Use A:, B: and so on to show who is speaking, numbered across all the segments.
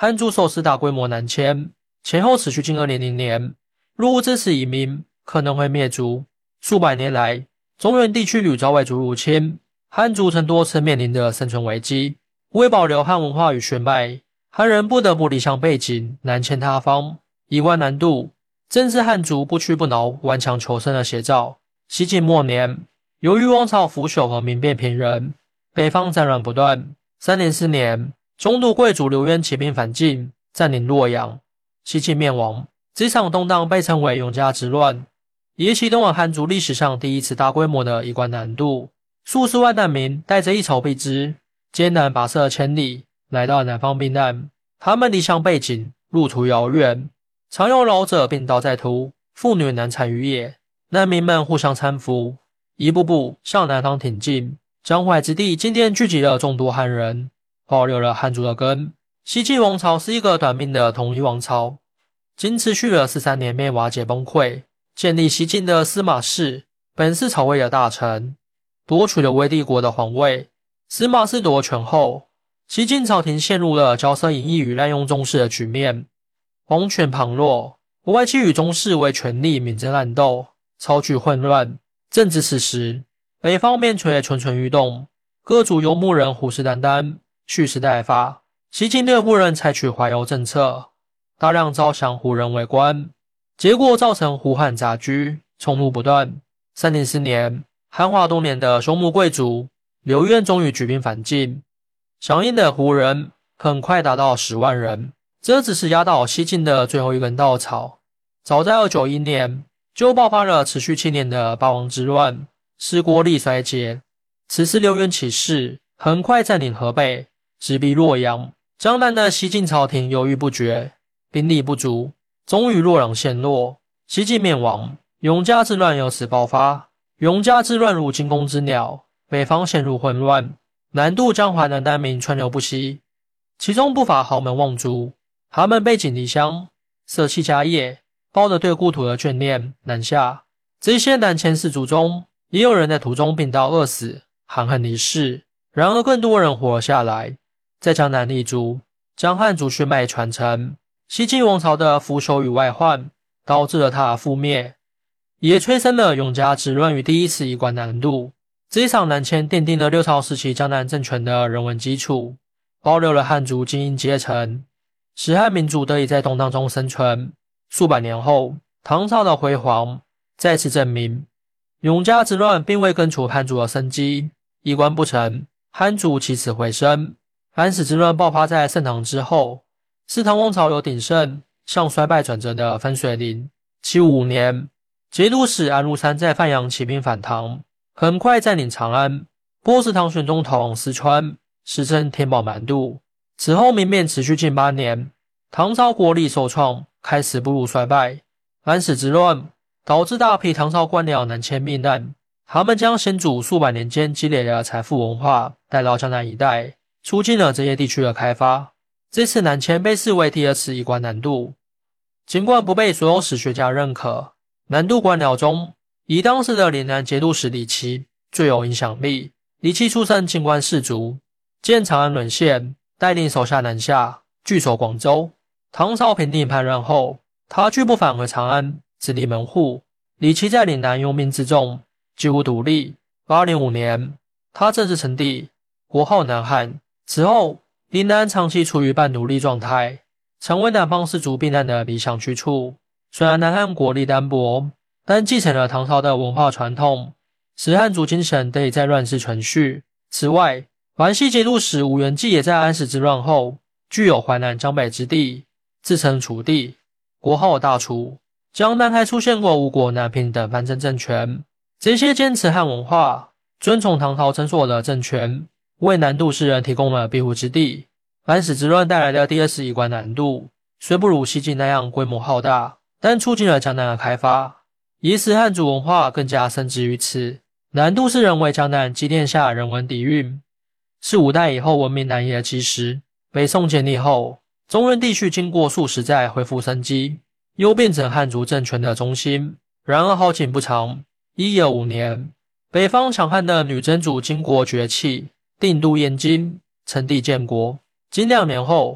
A: 汉族首次大规模南迁，前后持续近200年。若无这次移民，可能会灭族。数百年来，中原地区屡遭外族入侵，汉族曾多次面临着生存危机。为保留汉文化与血脉，汉人不得不离乡背井，南迁他方，移关南渡，正是汉族不屈不挠、顽强求生的写照。西晋末年，由于王朝腐朽和民变频仍，北方战乱不断。304年，中都贵族刘渊起兵反晋，占领洛阳，西晋灭亡。这场动荡被称为永嘉之乱，也启动了汉族历史上第一次大规模的移关南渡。数十万难民带着一筹必支，艰难跋涉千里，来到南方避难。他们离乡背井，路途遥远，常有老者病倒在途，妇女难产于野。难民们互相搀扶，一步步向南方挺进。江淮之地今天聚集了众多汉人，保留了汉族的根。西晋王朝是一个短命的统一王朝，仅持续了13年便瓦解崩溃。建立西晋的司马氏本是曹魏的大臣，夺取了魏帝国的皇位。司马氏夺权后，西晋朝廷陷入了骄奢淫逸与滥用宗室的局面，皇权旁落，外戚与宗室为权力明争暗斗，朝局混乱。正值此时，北方边陲蠢蠢欲动，各族游牧人虎视眈眈，蓄势待发。西晋略不能采取怀柔政策，大量招降胡人为官，结果造成胡汉杂居，冲突不断。304年，汉化多年的匈奴贵族刘渊终于举兵反晋，响应的胡人很快达到10万人，这只是压倒西晋的最后一根稻草。早在291年，就爆发了持续7年的八王之乱，使国力衰竭。此时刘渊起事，很快占领河北，直逼洛阳。江南的西晋朝廷犹豫不决，兵力不足，终于洛阳陷落，西晋灭亡。永嘉之乱由此爆发。永嘉之乱如惊弓之鸟，北方陷入混乱，南渡江淮的难民川流不息，其中不乏豪门望族，他们背井离乡，舍弃家业，抱着对故土的眷恋南下。这些南迁士族中，也有人在途中病倒饿死，含恨离世。然而更多人活了下来，在江南立足，将汉族血脉传承。西晋王朝的腐朽与外患，导致了它的覆灭，也催生了永嘉之乱与第一次移关南渡。这一场南迁奠定了六朝时期江南政权的人文基础，保留了汉族精英阶层，使汉民族得以在动荡中生存。数百年后，唐朝的辉煌再次证明，永嘉之乱并未根除汉族的生机，移关不成，汉族起死回生。安史之乱爆发在盛唐之后，是唐王朝由鼎盛向衰败转折的分水岭。755年，节度使安禄山在范阳起兵反唐，很快占领长安，迫使唐玄宗逃往四川，史称天宝蛮渡。此后民变持续近8年，唐朝国力受创，开始步入衰败。安史之乱导致大批唐朝官僚南迁避难，他们将先祖数百年间积累的财富文化带到江南一带，促进了这些地区的开发。这次南迁被视为第二次移关南渡，尽管不被所有史学家认可，南渡官僚中，以当时的岭南节度使李琦最有影响力。李琦出身清官士族，见长安沦陷，带领手下南下，据守广州。唐朝平定叛乱后，他拒不返回长安，自立门户。李琦在岭南拥兵自重，几乎独立。805年，他正式称帝，国号南汉。此后，岭南长期处于半独立状态，成为南方士族避难的理想去处。虽然南汉国力单薄，但继承了唐朝的文化传统，使汉族精神得以在乱世存续。此外，淮西节度使吴元济也在安史之乱后，具有淮南江北之地，自称楚地，国号大楚。江南还出现过吴国南平等藩镇政权。这些坚持汉文化、遵从唐朝征所的政权，为南渡士人提供了庇护之地。安史之乱带来的第二次移关南渡，虽不如西晋那样规模浩大，但促进了江南的开发，也使汉族文化更加深植于此。南渡士人为江南积淀下人文底蕴，是5代以后文明南移的基石。北宋建立后，中原地区经过数十载恢复生机，又变成汉族政权的中心。然而好景不长，1125年，北方强悍的女真族金国崛起，定都燕京，称帝建国。仅2年后，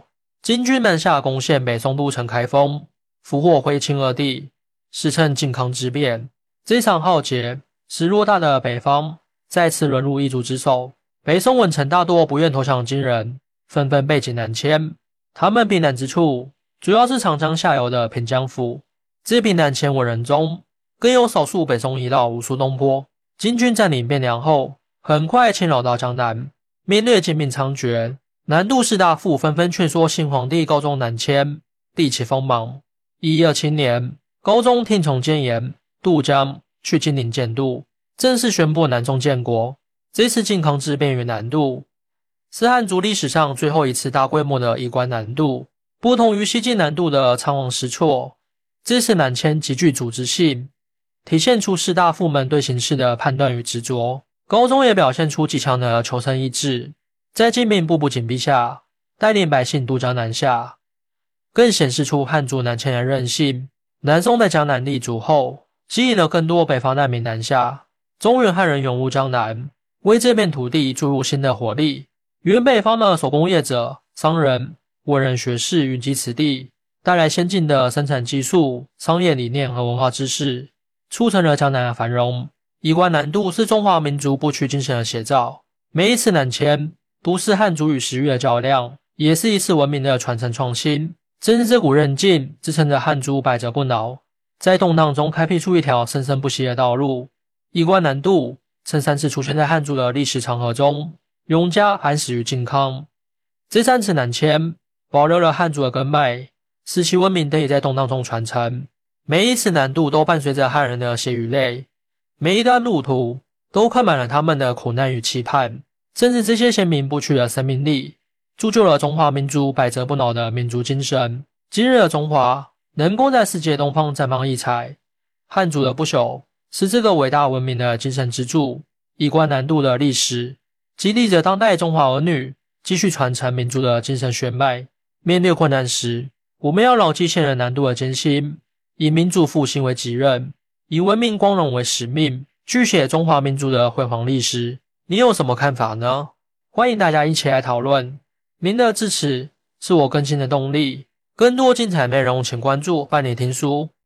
A: 金军南下攻陷北宋都城开封，俘获徽钦二帝，史称靖康之变。这场浩劫使偌大的北方再次沦入异族之手，北宋文臣大多不愿投降金人，纷纷背井南迁。他们避难之处主要是长江下游的平江府。这批南迁文人中，更有少数北宋遗老无数东坡。金军占领汴梁后，很快侵扰到江南，面对兼并猖獗，南渡士大夫纷纷劝说新皇帝高宗南迁，力起锋芒。1127年，高宗听从谏言，渡江去金陵建都，正式宣布南宋建国。这次靖康之变于南渡，是汉族历史上最后一次大规模的移关南渡。不同于西晋南渡的仓皇失措，这次南迁极具组织性，体现出士大夫们对形势的判断与执着。高宗也表现出极强的求生意志，在金兵步步紧逼下，带领百姓渡江南下，更显示出汉族南迁的韧性。南宋在江南立足后，吸引了更多北方难民南下，中原汉人涌入江南，为这片土地注入新的活力。原北方的手工业者、商人、文人学士云集此地，带来先进的生产技术、商业理念和文化知识，促成了江南的繁荣。移关南渡是中华民族不屈精神的写照。每一次南迁，不是汉族与时域的较量，也是一次文明的传承创新。正是这股韧劲，支撑着汉族百折不挠，在动荡中开辟出一条生生不息的道路。移关南渡曾3次出现在汉族的历史长河中，永嘉、安史与靖康。这3次南迁保留了汉族的根脉，使其文明得以在动荡中传承。每一次南渡都伴随着汉人的血与泪，每一段路途都刻满了他们的苦难与期盼。正是这些先民不屈的生命力，铸就了中华民族百折不挠的民族精神。今日的中华能够在世界东方绽放异彩，汉族的不朽是这个伟大文明的精神支柱。移关南渡的历史激励着当代中华儿女继续传承民族的精神血脉。面对困难时，我们要牢记先人南渡的艰辛，以民族复兴为己任，以文明光荣为使命，续写中华民族的辉煌历史。你有什么看法呢？欢迎大家一起来讨论。您的支持是我更新的动力。更多精彩内容请关注伴你听书。